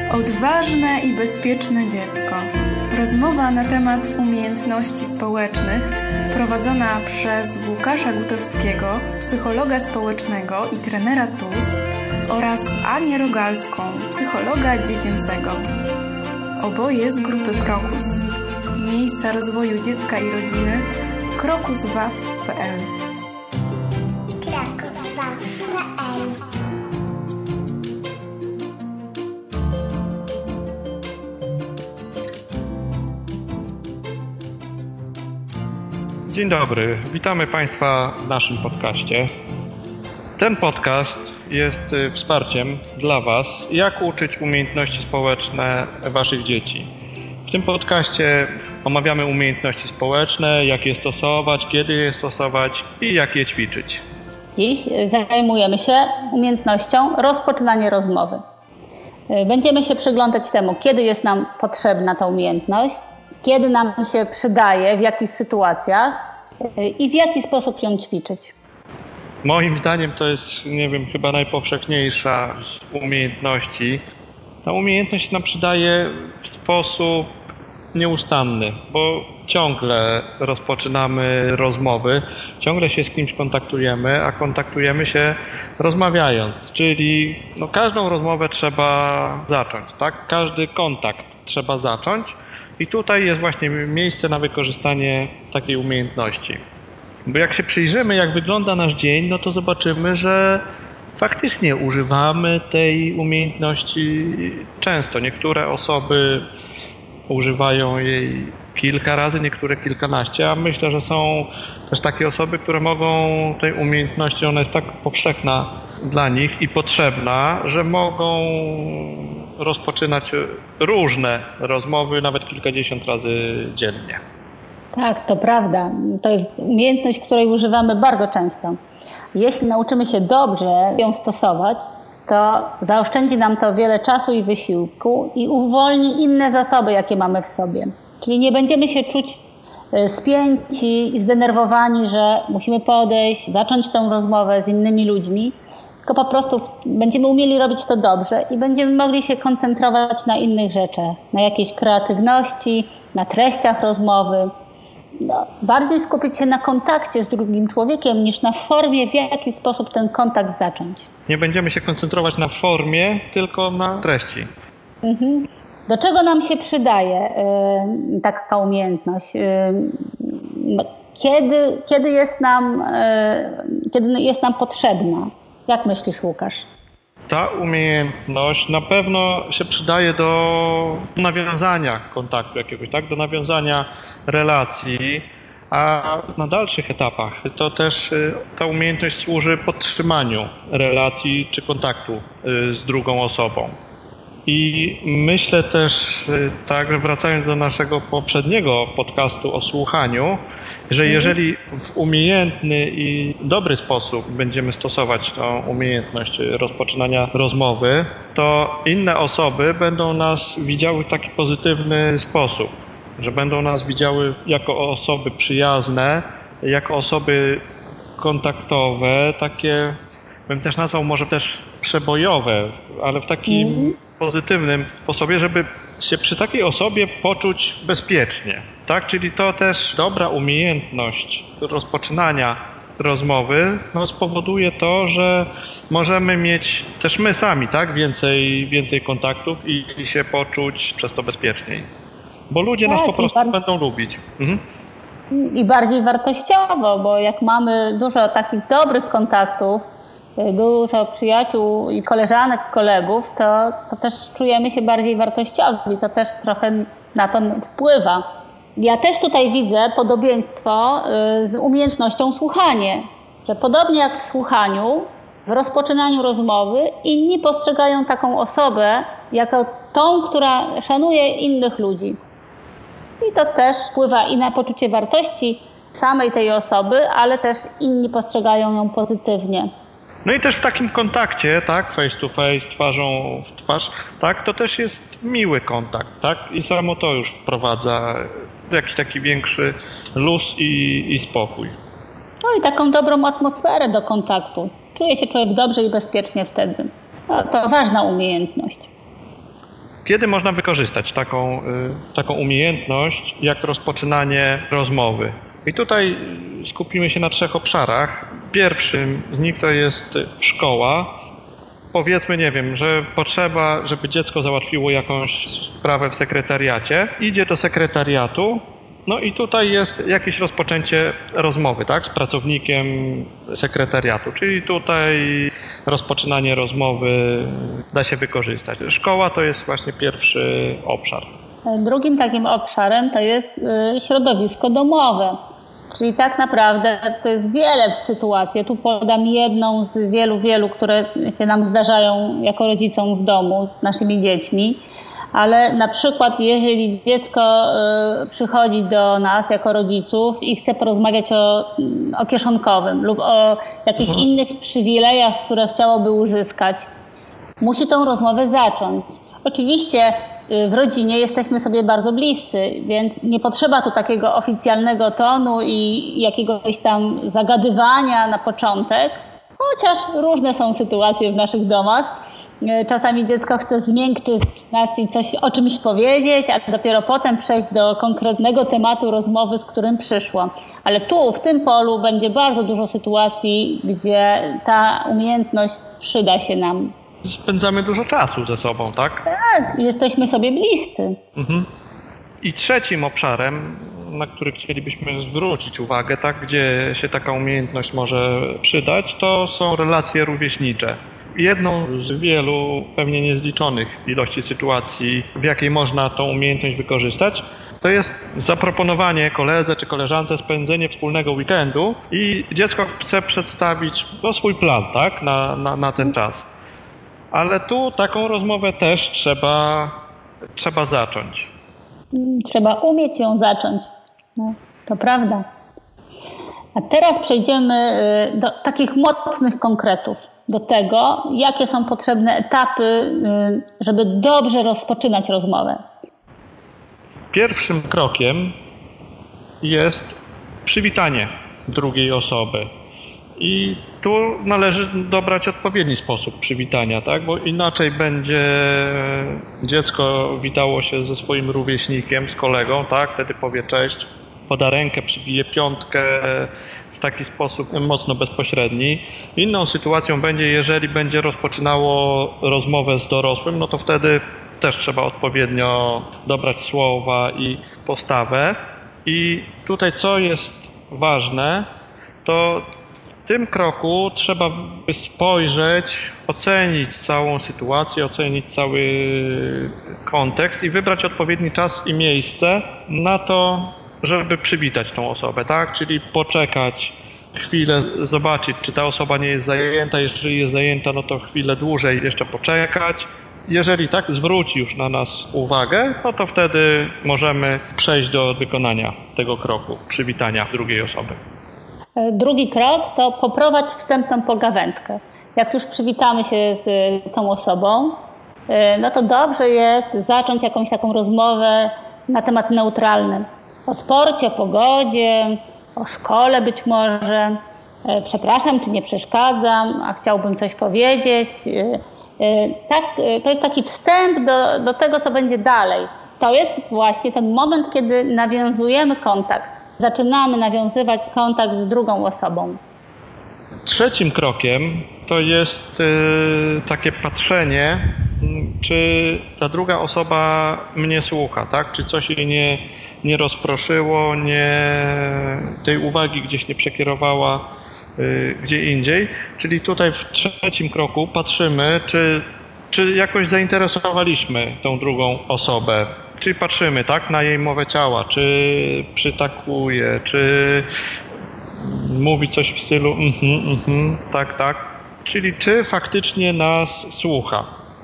Odważne i bezpieczne dziecko. Rozmowa na temat umiejętności społecznych prowadzona przez Łukasza Gutowskiego, psychologa społecznego i trenera TUS oraz Anię Rogalską, psychologa dziecięcego. Oboje z grupy Krokus, Miejsca Rozwoju Dziecka i Rodziny, krokuswaw.pl. Dzień dobry, witamy Państwa w naszym podcaście. Ten podcast jest wsparciem dla Was, jak uczyć umiejętności społeczne Waszych dzieci. W tym podcaście omawiamy umiejętności społeczne, jak je stosować, kiedy je stosować i jak je ćwiczyć. Dziś zajmujemy się umiejętnością rozpoczynania rozmowy. Będziemy się przyglądać temu, kiedy jest nam potrzebna ta umiejętność, kiedy nam się przydaje, w jakich sytuacjach i w jaki sposób ją ćwiczyć. Moim zdaniem to jest, chyba najpowszechniejsza z umiejętności. Ta umiejętność nam przydaje w sposób nieustanny, bo ciągle rozpoczynamy rozmowy, ciągle się z kimś kontaktujemy, a kontaktujemy się rozmawiając, czyli każdą rozmowę trzeba zacząć, tak? Każdy kontakt trzeba zacząć i tutaj jest właśnie miejsce na wykorzystanie takiej umiejętności. Bo jak się przyjrzymy, jak wygląda nasz dzień, to zobaczymy, że faktycznie używamy tej umiejętności często. Niektóre osoby używają jej kilka razy, niektóre kilkanaście, a myślę, że są też takie osoby, które mogą tej umiejętności, ona jest tak powszechna dla nich i potrzebna, że mogą rozpoczynać różne rozmowy, nawet kilkadziesiąt razy dziennie. Tak, to prawda. To jest umiejętność, której używamy bardzo często. Jeśli nauczymy się dobrze ją stosować, to zaoszczędzi nam to wiele czasu i wysiłku i uwolni inne zasoby, jakie mamy w sobie. Czyli nie będziemy się czuć spięci i zdenerwowani, że musimy podejść, zacząć tę rozmowę z innymi ludźmi, tylko po prostu będziemy umieli robić to dobrze i będziemy mogli się koncentrować na innych rzeczach, na jakiejś kreatywności, na treściach rozmowy. Bardziej skupić się na kontakcie z drugim człowiekiem niż na formie, w jaki sposób ten kontakt zacząć. Nie będziemy się koncentrować na formie, tylko na treści. Do czego nam się przydaje taka umiejętność? Kiedy jest nam potrzebna? Jak myślisz, Łukasz? Ta umiejętność na pewno się przydaje do nawiązania kontaktu jakiegoś, tak? Do nawiązania relacji, a na dalszych etapach to też ta umiejętność służy podtrzymaniu relacji czy kontaktu z drugą osobą. I myślę też, tak wracając do naszego poprzedniego podcastu o słuchaniu, że jeżeli w umiejętny i dobry sposób będziemy stosować tą umiejętność rozpoczynania rozmowy, to inne osoby będą nas widziały w taki pozytywny sposób, że będą nas widziały jako osoby przyjazne, jako osoby kontaktowe, takie, bym też nazwał może też przebojowe, ale w takim pozytywnym sposobie, żeby się przy takiej osobie poczuć bezpiecznie. Tak? Czyli to też dobra umiejętność rozpoczynania rozmowy spowoduje to, że możemy mieć też my sami więcej kontaktów i się poczuć przez to bezpieczniej. Bo ludzie nas po prostu będą lubić. I bardziej wartościowo, bo jak mamy dużo takich dobrych kontaktów, dużo przyjaciół i koleżanek, kolegów, to też czujemy się bardziej wartościowi. To też trochę na to wpływa. Ja też tutaj widzę podobieństwo z umiejętnością słuchania. Że podobnie jak w słuchaniu, w rozpoczynaniu rozmowy, inni postrzegają taką osobę jako tą, która szanuje innych ludzi. I to też wpływa i na poczucie wartości samej tej osoby, ale też inni postrzegają ją pozytywnie. No i też w takim kontakcie, tak, face to face, twarzą w twarz, tak, to też jest miły kontakt, tak, i samo to już wprowadza jakiś taki większy luz i spokój. No i taką dobrą atmosferę do kontaktu. Czuje się człowiek dobrze i bezpiecznie wtedy. No, to ważna umiejętność. Kiedy można wykorzystać taką umiejętność, jak rozpoczynanie rozmowy? I tutaj skupimy się na 3 obszarach. Pierwszym z nich to jest szkoła. Powiedzmy, nie wiem, że potrzeba, żeby dziecko załatwiło jakąś sprawę w sekretariacie. Idzie do sekretariatu, no i tutaj jest jakieś rozpoczęcie rozmowy, tak, z pracownikiem sekretariatu. Czyli tutaj rozpoczynanie rozmowy da się wykorzystać. Szkoła to jest właśnie pierwszy obszar. Drugim takim obszarem to jest środowisko domowe. Czyli tak naprawdę to jest wiele sytuacji. Ja tu podam jedną z wielu, które się nam zdarzają jako rodzicom w domu z naszymi dziećmi. Ale na przykład jeżeli dziecko przychodzi do nas jako rodziców i chce porozmawiać o kieszonkowym lub o jakichś innych przywilejach, które chciałoby uzyskać, musi tą rozmowę zacząć. Oczywiście w rodzinie jesteśmy sobie bardzo bliscy, więc nie potrzeba tu takiego oficjalnego tonu i jakiegoś tam zagadywania na początek, chociaż różne są sytuacje w naszych domach. Czasami dziecko chce zmiękczyć nas i coś o czymś powiedzieć, a dopiero potem przejść do konkretnego tematu rozmowy, z którym przyszło. Ale tu, w tym polu będzie bardzo dużo sytuacji, gdzie ta umiejętność przyda się nam. Spędzamy dużo czasu ze sobą, tak? Tak, jesteśmy sobie bliscy. I trzecim obszarem, na który chcielibyśmy zwrócić uwagę, tak, gdzie się taka umiejętność może przydać, to są relacje rówieśnicze. Jedną z wielu, pewnie niezliczonych ilości sytuacji, w jakiej można tą umiejętność wykorzystać, to jest zaproponowanie koledze czy koleżance spędzenie wspólnego weekendu i dziecko chce przedstawić swój plan, tak, na ten czas. Ale tu taką rozmowę też trzeba zacząć. Trzeba umieć ją zacząć. No, to prawda. A teraz przejdziemy do takich mocnych konkretów. Do tego, jakie są potrzebne etapy, żeby dobrze rozpoczynać rozmowę. Pierwszym krokiem jest przywitanie drugiej osoby. I tu należy dobrać odpowiedni sposób przywitania, tak? Bo inaczej będzie dziecko witało się ze swoim rówieśnikiem, z kolegą, tak? Wtedy powie cześć, poda rękę, przybije piątkę w taki sposób mocno bezpośredni. Inną sytuacją będzie, jeżeli będzie rozpoczynało rozmowę z dorosłym, no to wtedy też trzeba odpowiednio dobrać słowa i postawę. I tutaj co jest ważne, to w tym kroku trzeba spojrzeć, ocenić całą sytuację, ocenić cały kontekst i wybrać odpowiedni czas i miejsce na to, żeby przywitać tą osobę, tak? Czyli poczekać chwilę, zobaczyć, czy ta osoba nie jest zajęta. Jeżeli jest zajęta, no to chwilę dłużej jeszcze poczekać. Jeżeli tak zwróci już na nas uwagę, no to wtedy możemy przejść do wykonania tego kroku, przywitania drugiej osoby. Drugi krok to poprowadź wstępną pogawędkę. Jak już przywitamy się z tą osobą, no to dobrze jest zacząć jakąś taką rozmowę na temat neutralny. O sporcie, o pogodzie, o szkole być może. Przepraszam, czy nie przeszkadzam, a chciałbym coś powiedzieć. Tak, to jest taki wstęp do tego, co będzie dalej. To jest właśnie ten moment, kiedy nawiązujemy kontakt. Zaczynamy nawiązywać kontakt z drugą osobą. Trzecim krokiem to jest takie patrzenie, czy ta druga osoba mnie słucha, tak? Czy coś jej nie rozproszyło, tej uwagi gdzieś nie przekierowała gdzie indziej. Czyli tutaj w trzecim kroku patrzymy, czy jakoś zainteresowaliśmy tą drugą osobę. Czyli patrzymy, tak, na jej mowę ciała, czy przytakuje, czy mówi coś w stylu tak. Czyli czy faktycznie nas słucha.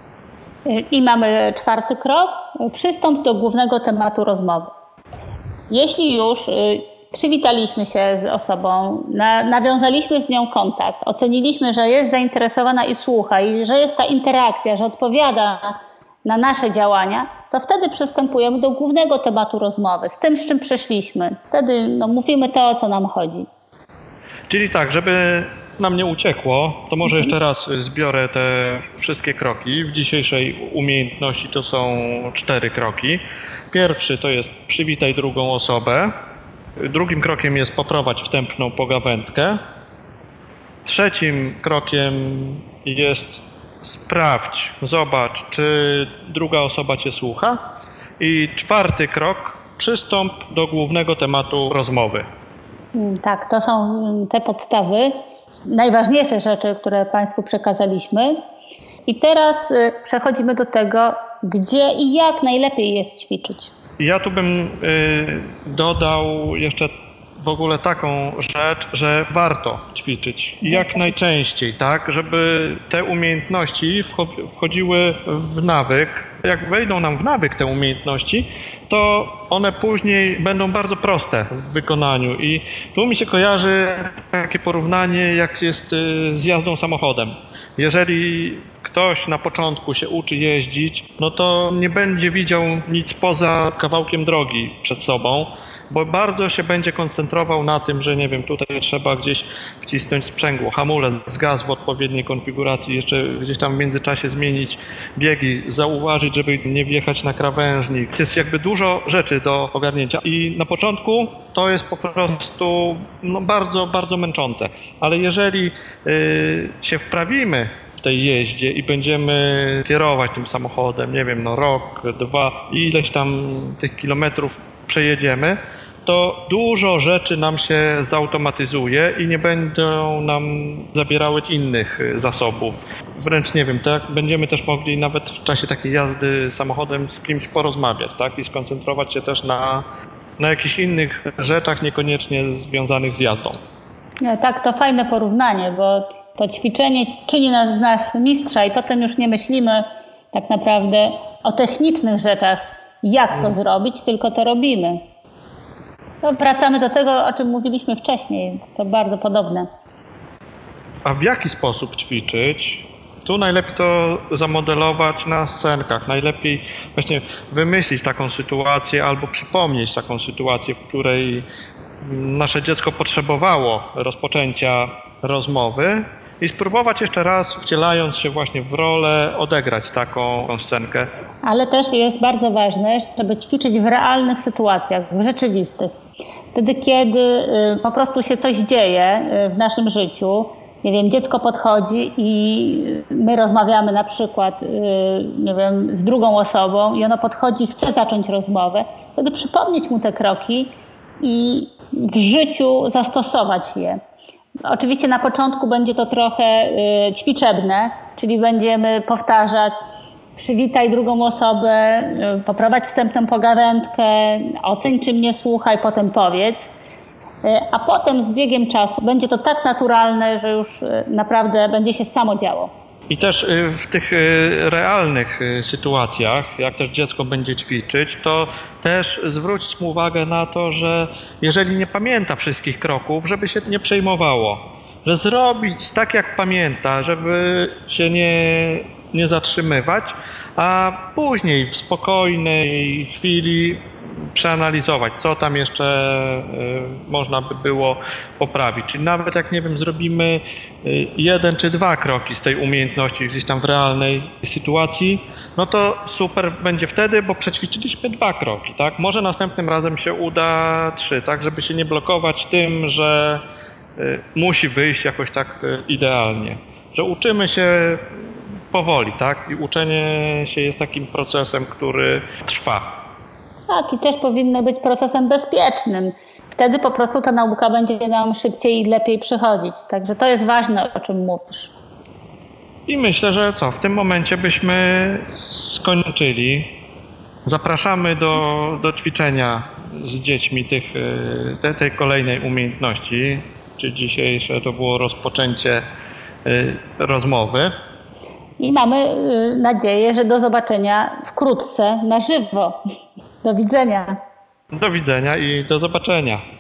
I mamy czwarty krok. Przystąp do głównego tematu rozmowy. Jeśli już przywitaliśmy się z osobą, nawiązaliśmy z nią kontakt, oceniliśmy, że jest zainteresowana i słucha, i że jest ta interakcja, że odpowiada na nasze działania, to wtedy przystępujemy do głównego tematu rozmowy, z tym, z czym przyszliśmy. Wtedy mówimy to, o co nam chodzi. Czyli tak, żeby nam nie uciekło, to może jeszcze raz zbiorę te wszystkie kroki. W dzisiejszej umiejętności to są 4 kroki. Pierwszy to jest przywitaj drugą osobę. Drugim krokiem jest poprowadź wstępną pogawędkę. Trzecim krokiem jest sprawdź, zobacz, czy druga osoba cię słucha. I 4. krok, przystąp do głównego tematu rozmowy. Tak, to są te podstawy, najważniejsze rzeczy, które Państwu przekazaliśmy. I teraz przechodzimy do tego, gdzie i jak najlepiej jest ćwiczyć. Ja tu bym dodał jeszcze w ogóle taką rzecz, że warto ćwiczyć jak najczęściej, tak, żeby te umiejętności wchodziły w nawyk. Jak wejdą nam w nawyk te umiejętności, to one później będą bardzo proste w wykonaniu i tu mi się kojarzy takie porównanie, jak jest z jazdą samochodem. Jeżeli ktoś na początku się uczy jeździć, no to nie będzie widział nic poza kawałkiem drogi przed sobą, bo bardzo się będzie koncentrował na tym, że nie wiem, tutaj trzeba gdzieś wcisnąć sprzęgło, hamulec, gaz w odpowiedniej konfiguracji, jeszcze gdzieś tam w międzyczasie zmienić biegi, zauważyć, żeby nie wjechać na krawężnik. Jest jakby dużo rzeczy do ogarnięcia i na początku to jest po prostu bardzo, bardzo męczące. Ale jeżeli się wprawimy w tej jeździe i będziemy kierować tym samochodem, nie wiem, rok, 2 i ileś tam tych kilometrów przejedziemy, to dużo rzeczy nam się zautomatyzuje i nie będą nam zabierały innych zasobów. Wręcz nie wiem, tak będziemy też mogli nawet w czasie takiej jazdy samochodem z kimś porozmawiać, tak, i skoncentrować się też na jakichś innych rzeczach, niekoniecznie związanych z jazdą. Tak, to fajne porównanie, bo to ćwiczenie czyni nas z nas mistrza i potem już nie myślimy tak naprawdę o technicznych rzeczach, jak to zrobić, tylko to robimy. To wracamy do tego, o czym mówiliśmy wcześniej. To bardzo podobne. A w jaki sposób ćwiczyć? Tu najlepiej to zamodelować na scenkach. Najlepiej właśnie wymyślić taką sytuację albo przypomnieć taką sytuację, w której nasze dziecko potrzebowało rozpoczęcia rozmowy i spróbować jeszcze raz, wcielając się właśnie w rolę, odegrać taką scenkę. Ale też jest bardzo ważne, żeby ćwiczyć w realnych sytuacjach, w rzeczywistych. Wtedy, kiedy po prostu się coś dzieje w naszym życiu, nie wiem, dziecko podchodzi i my rozmawiamy na przykład, nie wiem, z drugą osobą i ono podchodzi i chce zacząć rozmowę, wtedy przypomnieć mu te kroki i w życiu zastosować je. Oczywiście na początku będzie to trochę ćwiczebne, czyli będziemy powtarzać: przywitaj drugą osobę, poprowadź wstępną pogawędkę, oceń, czy mnie słucha i potem powiedz. A potem z biegiem czasu będzie to tak naturalne, że już naprawdę będzie się samo działo. I też w tych realnych sytuacjach, jak też dziecko będzie ćwiczyć, to też zwrócić mu uwagę na to, że jeżeli nie pamięta wszystkich kroków, żeby się nie przejmowało. Że zrobić tak, jak pamięta, żeby się nie zatrzymywać, a później w spokojnej chwili przeanalizować, co tam jeszcze można by było poprawić. Czyli nawet jak, nie wiem, zrobimy 1 czy 2 kroki z tej umiejętności gdzieś tam w realnej sytuacji, no to super będzie wtedy, bo przećwiczyliśmy 2 kroki, tak? Może następnym razem się uda 3, tak? Żeby się nie blokować tym, że musi wyjść jakoś tak idealnie. Że uczymy się powoli, tak? I uczenie się jest takim procesem, który trwa. Tak, i też powinno być procesem bezpiecznym. Wtedy po prostu ta nauka będzie nam szybciej i lepiej przychodzić. Także to jest ważne, o czym mówisz. I myślę, że w tym momencie byśmy skończyli. Zapraszamy do ćwiczenia z dziećmi tej kolejnej umiejętności. Czyli dzisiejsze to było rozpoczęcie rozmowy. I mamy nadzieję, że do zobaczenia wkrótce na żywo. Do widzenia. Do widzenia i do zobaczenia.